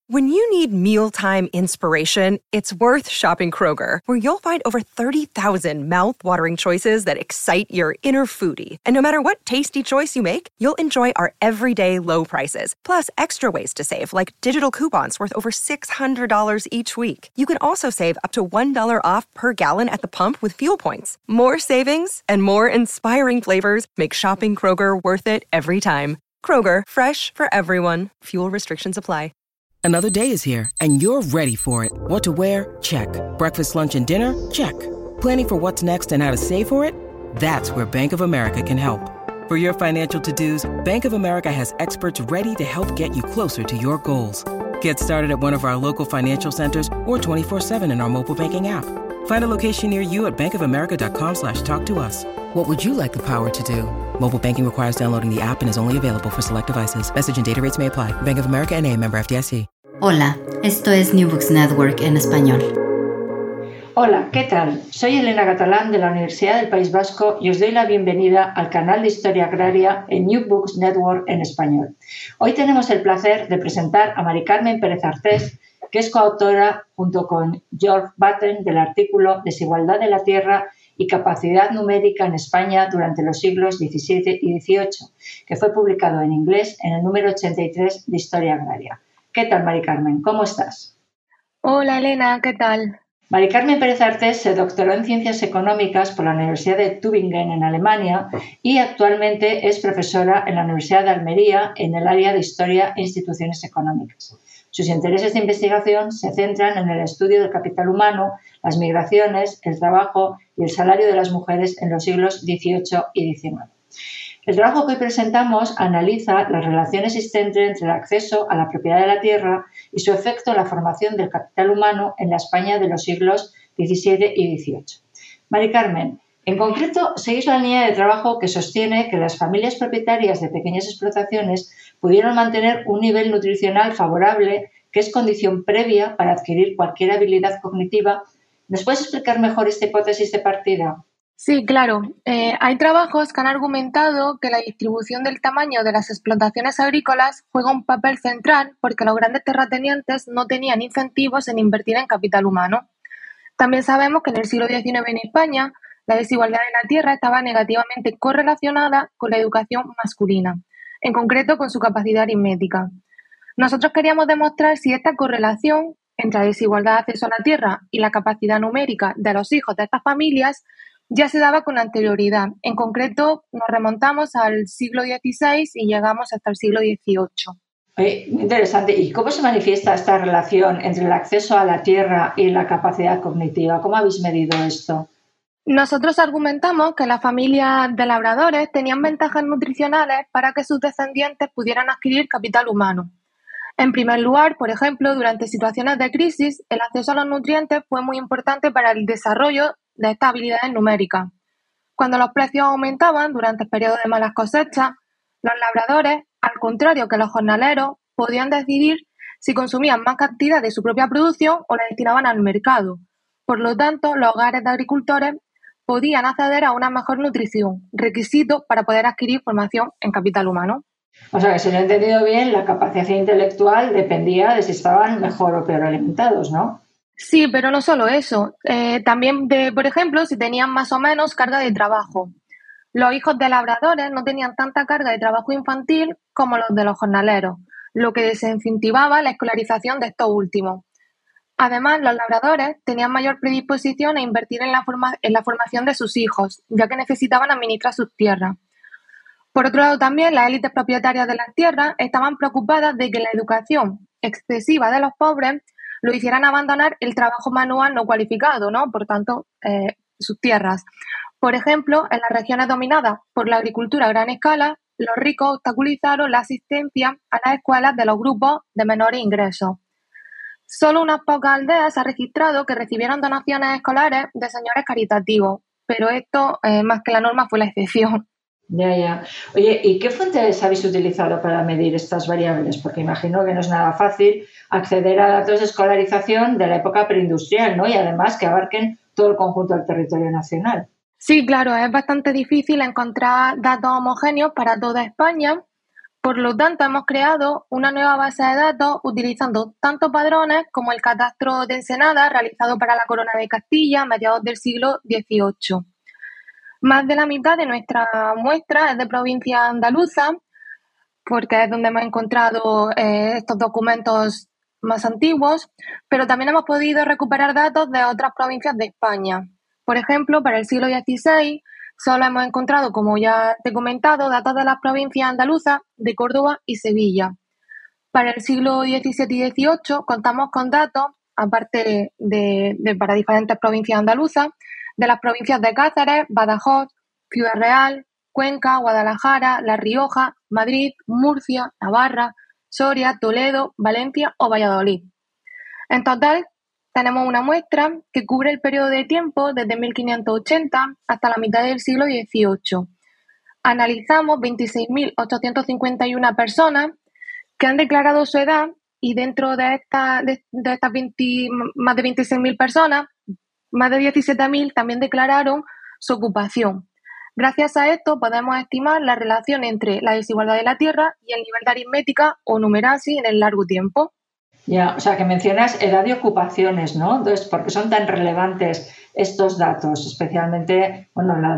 When you need mealtime inspiration, it's worth shopping Kroger, where you'll find over 30,000 mouth-watering choices that excite your inner foodie. And no matter what tasty choice you make, you'll enjoy our everyday low prices, plus extra ways to save, like digital coupons worth over $600 each week. You can also save up to $1 off per gallon at the pump with fuel points. More savings and more inspiring flavors make shopping Kroger worth it every time. Kroger, fresh for everyone. Fuel restrictions apply. Another day is here, and you're ready for it. What to wear? Check. Breakfast, lunch, and dinner? Check. Planning for what's next and how to save for it? That's where Bank of America can help. For your financial to-dos, Bank of America has experts ready to help get you closer to your goals. Get started at one of our local financial centers or 24/7 in our mobile banking app. Find a location near you at bankofamerica.com/talktous. What would you like the power to do? Mobile banking requires downloading the app and is only available for select devices. Message and data rates may apply. Bank of America N.A., member FDIC. Hola, esto es New Books Network en español. Hola, ¿qué tal? Soy Elena Catalán de la Universidad del País Vasco y os doy la bienvenida al canal de Historia Agraria en New Books Network en español. Hoy tenemos el placer de presentar a Mari Carmen Pérez Artés, que es coautora junto con George Batten del artículo Desigualdad de la tierra y capacidad numérica en España durante los siglos XVII y XVIII, que fue publicado en inglés en el número 83 de Historia Agraria. ¿Qué tal, Mari Carmen? ¿Cómo estás? Hola, Elena, ¿qué tal? Mari Carmen Pérez Artés se doctoró en Ciencias Económicas por la Universidad de Tübingen en Alemania y actualmente es profesora en la Universidad de Almería en el área de Historia e Instituciones Económicas. Sus intereses de investigación se centran en el estudio del capital humano, las migraciones, el trabajo y el salario de las mujeres en los siglos XVIII y XIX. El trabajo que hoy presentamos analiza la relación existente entre el acceso a la propiedad de la tierra y su efecto en la formación del capital humano en la España de los siglos XVII y XVIII. Mari Carmen, en concreto, seguís la línea de trabajo que sostiene que las familias propietarias de pequeñas explotaciones pudieron mantener un nivel nutricional favorable, que es condición previa para adquirir cualquier habilidad cognitiva. ¿Nos puedes explicar mejor esta hipótesis de partida? Sí, claro. Hay trabajos que han argumentado que la distribución del tamaño de las explotaciones agrícolas juega un papel central porque los grandes terratenientes no tenían incentivos en invertir en capital humano. También sabemos que en el siglo XIX en España la desigualdad de la tierra estaba negativamente correlacionada con la educación masculina, en concreto con su capacidad aritmética. Nosotros queríamos demostrar si esta correlación entre la desigualdad de acceso a la tierra y la capacidad numérica de los hijos de estas familias ya se daba con anterioridad. En concreto, nos remontamos al siglo XVI y llegamos hasta el siglo XVIII. Muy interesante. ¿Y cómo se manifiesta esta relación entre el acceso a la tierra y la capacidad cognitiva? ¿Cómo habéis medido esto? Nosotros argumentamos que las familias de labradores tenían ventajas nutricionales para que sus descendientes pudieran adquirir capital humano. En primer lugar, por ejemplo, durante situaciones de crisis, el acceso a los nutrientes fue muy importante para el desarrollo de estas habilidades numéricas. Cuando los precios aumentaban durante el periodo de malas cosechas, los labradores, al contrario que los jornaleros, podían decidir si consumían más cantidad de su propia producción o la destinaban al mercado. Por lo tanto, los hogares de agricultores podían acceder a una mejor nutrición, requisito para poder adquirir formación en capital humano. O sea, que si lo he entendido bien, la capacidad intelectual dependía de si estaban mejor o peor alimentados, ¿no? Sí, pero no solo eso. También, por ejemplo, si tenían más o menos carga de trabajo. Los hijos de labradores no tenían tanta carga de trabajo infantil como los de los jornaleros, lo que desincentivaba la escolarización de estos últimos. Además, los labradores tenían mayor predisposición a invertir en la formación de sus hijos, ya que necesitaban administrar sus tierras. Por otro lado, también las élites propietarias de las tierras estaban preocupadas de que la educación excesiva de los pobres lo hicieran abandonar el trabajo manual no cualificado, ¿no? Por tanto, sus tierras. Por ejemplo, en las regiones dominadas por la agricultura a gran escala, los ricos obstaculizaron la asistencia a las escuelas de los grupos de menores ingresos. Solo unas pocas aldeas se ha registrado que recibieron donaciones escolares de señores caritativos, pero esto, más que la norma, fue la excepción. Ya. Oye, ¿y qué fuentes habéis utilizado para medir estas variables? Porque imagino que no es nada fácil acceder a datos de escolarización de la época preindustrial, ¿no? Y además que abarquen todo el conjunto del territorio nacional. Sí, claro, es bastante difícil encontrar datos homogéneos para toda España Por lo tanto, hemos creado una nueva base de datos utilizando tanto padrones como el catastro de Ensenada realizado para la Corona de Castilla a mediados del siglo XVIII. Más de la mitad de nuestra muestra es de provincia andaluza, porque es donde hemos encontrado estos documentos más antiguos, pero también hemos podido recuperar datos de otras provincias de España. Por ejemplo, para el siglo XVI solo hemos encontrado, como ya te he comentado, datos de las provincias andaluzas de Córdoba y Sevilla. Para el siglo XVII y XVIII contamos con datos, aparte de para diferentes provincias andaluzas, de las provincias de Cáceres, Badajoz, Ciudad Real, Cuenca, Guadalajara, La Rioja, Madrid, Murcia, Navarra, Soria, Toledo, Valencia o Valladolid. En total, tenemos una muestra que cubre el periodo de tiempo desde 1580 hasta la mitad del siglo XVIII. Analizamos 26.851 personas que han declarado su edad y dentro de estas más de 26.000 personas, más de 17.000 también declararon su ocupación. Gracias a esto podemos estimar la relación entre la desigualdad de la tierra y el nivel de aritmética o numeracy en el largo tiempo. Ya, o sea, que mencionas edad y ocupaciones, ¿no? Entonces, ¿por qué son tan relevantes estos datos? Especialmente,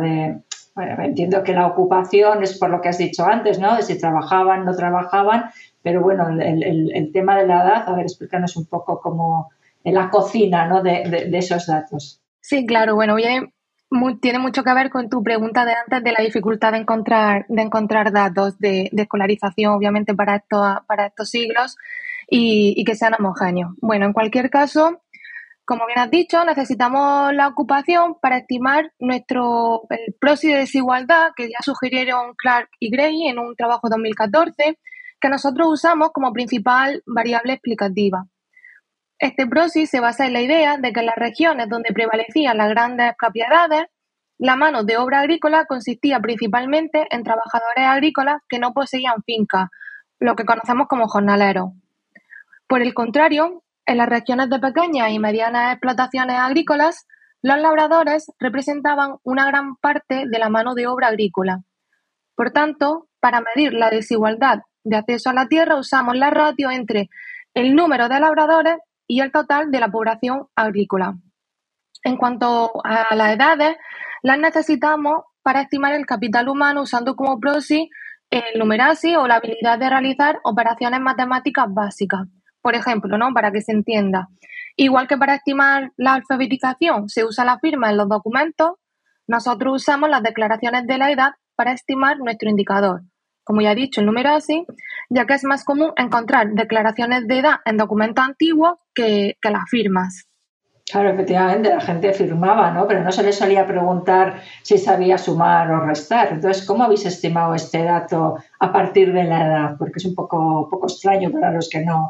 entiendo que la ocupación es por lo que has dicho antes, ¿no? De si trabajaban, no trabajaban, pero bueno, el tema de la edad, a ver, explícanos un poco cómo la cocina, ¿no? de esos datos. Sí, claro, bueno, tiene mucho que ver con tu pregunta de antes de la dificultad de encontrar datos de escolarización, obviamente, para estos siglos y que sean homogéneos. Bueno, en cualquier caso, como bien has dicho, necesitamos la ocupación para estimar el proxy de desigualdad que ya sugirieron Clark y Gray en un trabajo de 2014, que nosotros usamos como principal variable explicativa. Este proxy se basa en la idea de que en las regiones donde prevalecían las grandes propiedades, la mano de obra agrícola consistía principalmente en trabajadores agrícolas que no poseían fincas, lo que conocemos como jornaleros. Por el contrario, en las regiones de pequeñas y medianas explotaciones agrícolas, los labradores representaban una gran parte de la mano de obra agrícola. Por tanto, para medir la desigualdad de acceso a la tierra usamos la ratio entre el número de labradores y el total de la población agrícola. En cuanto a las edades, las necesitamos para estimar el capital humano usando como proxy el numeracy o la habilidad de realizar operaciones matemáticas básicas. Por ejemplo, ¿no? Para que se entienda. Igual que para estimar la alfabetización se usa la firma en los documentos, nosotros usamos las declaraciones de la edad para estimar nuestro indicador. Como ya he dicho, el numeracy, ya que es más común encontrar declaraciones de edad en documentos antiguos que las firmas. Claro, efectivamente, la gente firmaba, ¿no? Pero no se le solía preguntar si sabía sumar o restar. Entonces, ¿cómo habéis estimado este dato a partir de la edad? Porque es un poco extraño para los que no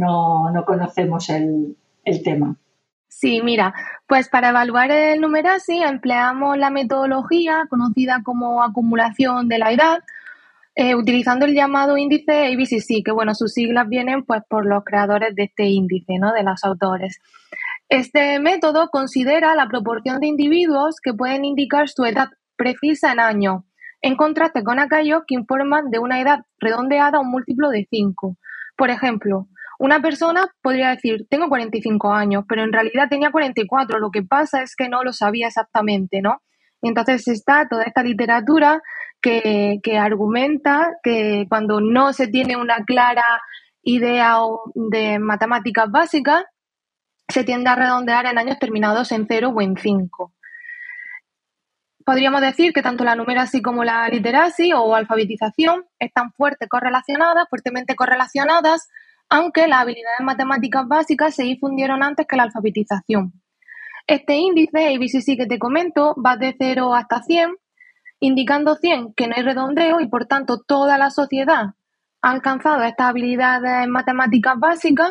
conocemos el tema. Sí, mira, pues para evaluar el numeracy empleamos la metodología conocida como acumulación de la edad, utilizando el llamado índice ABCC, que bueno, sus siglas vienen pues por los creadores de este índice, ¿no? De los autores. Este método considera la proporción de individuos que pueden indicar su edad precisa en años, en contraste con aquellos que informan de una edad redondeada a un múltiplo de 5. Por ejemplo, una persona podría decir, tengo 45 años, pero en realidad tenía 44, lo que pasa es que no lo sabía exactamente, ¿no? Entonces está toda esta literatura que argumenta que cuando no se tiene una clara idea de matemáticas básicas, se tiende a redondear en años terminados en 0 o en 5. Podríamos decir que tanto la numeracy como la literacy o alfabetización están fuertemente correlacionadas, aunque las habilidades matemáticas básicas se difundieron antes que la alfabetización. Este índice ABCC que te comento va de 0 hasta 100, indicando 100 que no hay redondeo y por tanto toda la sociedad ha alcanzado estas habilidades matemáticas básicas.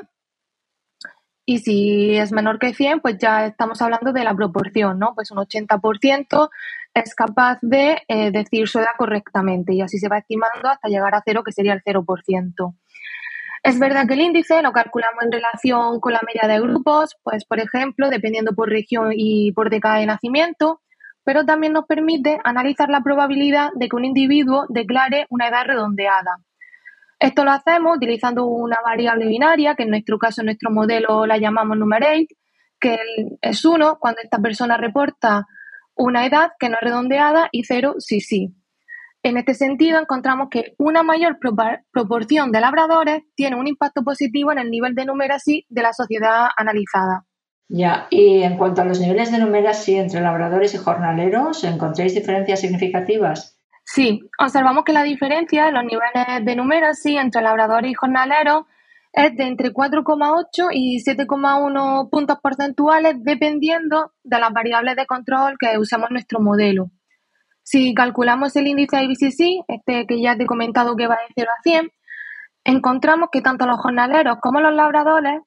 Y si es menor que 100, pues ya estamos hablando de la proporción, ¿no? Pues un 80% es capaz de decir su edad correctamente y así se va estimando hasta llegar a 0, que sería el 0%. Es verdad que el índice lo calculamos en relación con la media de grupos, pues por ejemplo, dependiendo por región y por década de nacimiento, pero también nos permite analizar la probabilidad de que un individuo declare una edad redondeada. Esto lo hacemos utilizando una variable binaria, que en nuestro caso, en nuestro modelo la llamamos numerate, que es 1 cuando esta persona reporta una edad que no es redondeada y 0 sí. En este sentido, encontramos que una mayor proporción de labradores tiene un impacto positivo en el nivel de numeracy de la sociedad analizada. Ya, y en cuanto a los niveles de numeracy entre labradores y jornaleros, ¿encontráis diferencias significativas? Sí, observamos que la diferencia en los niveles de numeracy entre labradores y jornaleros es de entre 4,8 y 7,1 puntos porcentuales dependiendo de las variables de control que usamos en nuestro modelo. Si calculamos el índice IBCC, que ya te he comentado que va de 0 a 100, encontramos que tanto los jornaleros como los labradores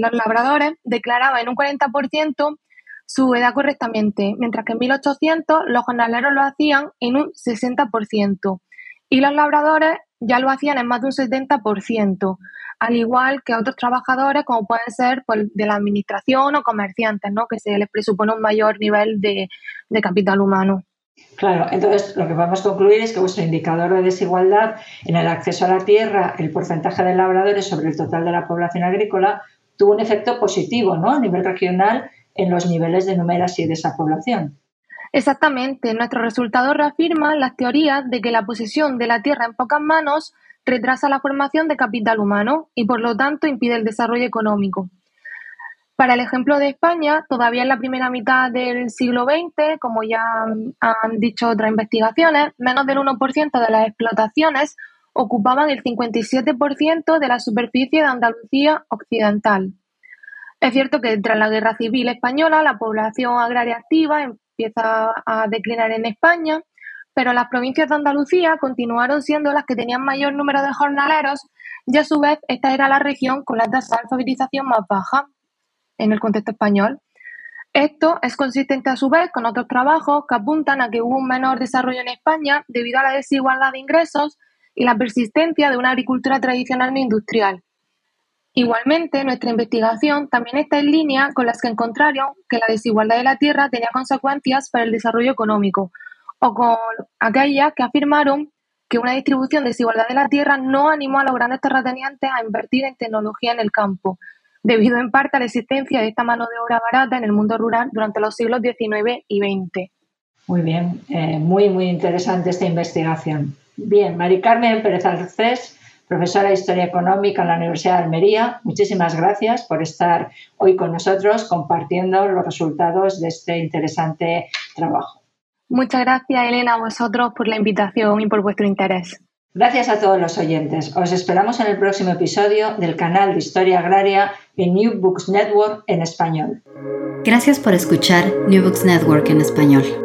declaraban en un 40% su edad correctamente, mientras que en 1800 los jornaleros lo hacían en un 60% y los labradores ya lo hacían en más de un 70%, al igual que otros trabajadores como pueden ser pues, de la administración o comerciantes, ¿no? Que se les presupone un mayor nivel de capital humano. Claro, entonces lo que podemos concluir es que vuestro indicador de desigualdad en el acceso a la tierra, el porcentaje de labradores sobre el total de la población agrícola, tuvo un efecto positivo, ¿no? A nivel regional en los niveles de numeracy de esa población. Exactamente, nuestros resultados reafirman las teorías de que la posesión de la tierra en pocas manos retrasa la formación de capital humano y por lo tanto impide el desarrollo económico. Para el ejemplo de España, todavía en la primera mitad del siglo XX, como ya han dicho otras investigaciones, menos del 1% de las explotaciones ocupaban el 57% de la superficie de Andalucía occidental. Es cierto que tras la Guerra Civil Española la población agraria activa empieza a declinar en España, pero las provincias de Andalucía continuaron siendo las que tenían mayor número de jornaleros y a su vez esta era la región con la tasa de alfabetización más baja en el contexto español. Esto es consistente a su vez con otros trabajos que apuntan a que hubo un menor desarrollo en España debido a la desigualdad de ingresos y la persistencia de una agricultura tradicional no industrial. Igualmente, nuestra investigación también está en línea con las que encontraron que la desigualdad de la tierra tenía consecuencias para el desarrollo económico, o con aquellas que afirmaron que una distribución desigual de la tierra no animó a los grandes terratenientes a invertir en tecnología en el campo, debido en parte a la existencia de esta mano de obra barata en el mundo rural durante los siglos XIX y XX. Muy bien, muy interesante esta investigación. Bien, Mari Carmen Pérez Arcés, profesora de Historia Económica en la Universidad de Almería, muchísimas gracias por estar hoy con nosotros compartiendo los resultados de este interesante trabajo. Muchas gracias, Elena, a vosotros por la invitación y por vuestro interés. Gracias a todos los oyentes. Os esperamos en el próximo episodio del canal de Historia Agraria en New Books Network en español. Gracias por escuchar New Books Network en español.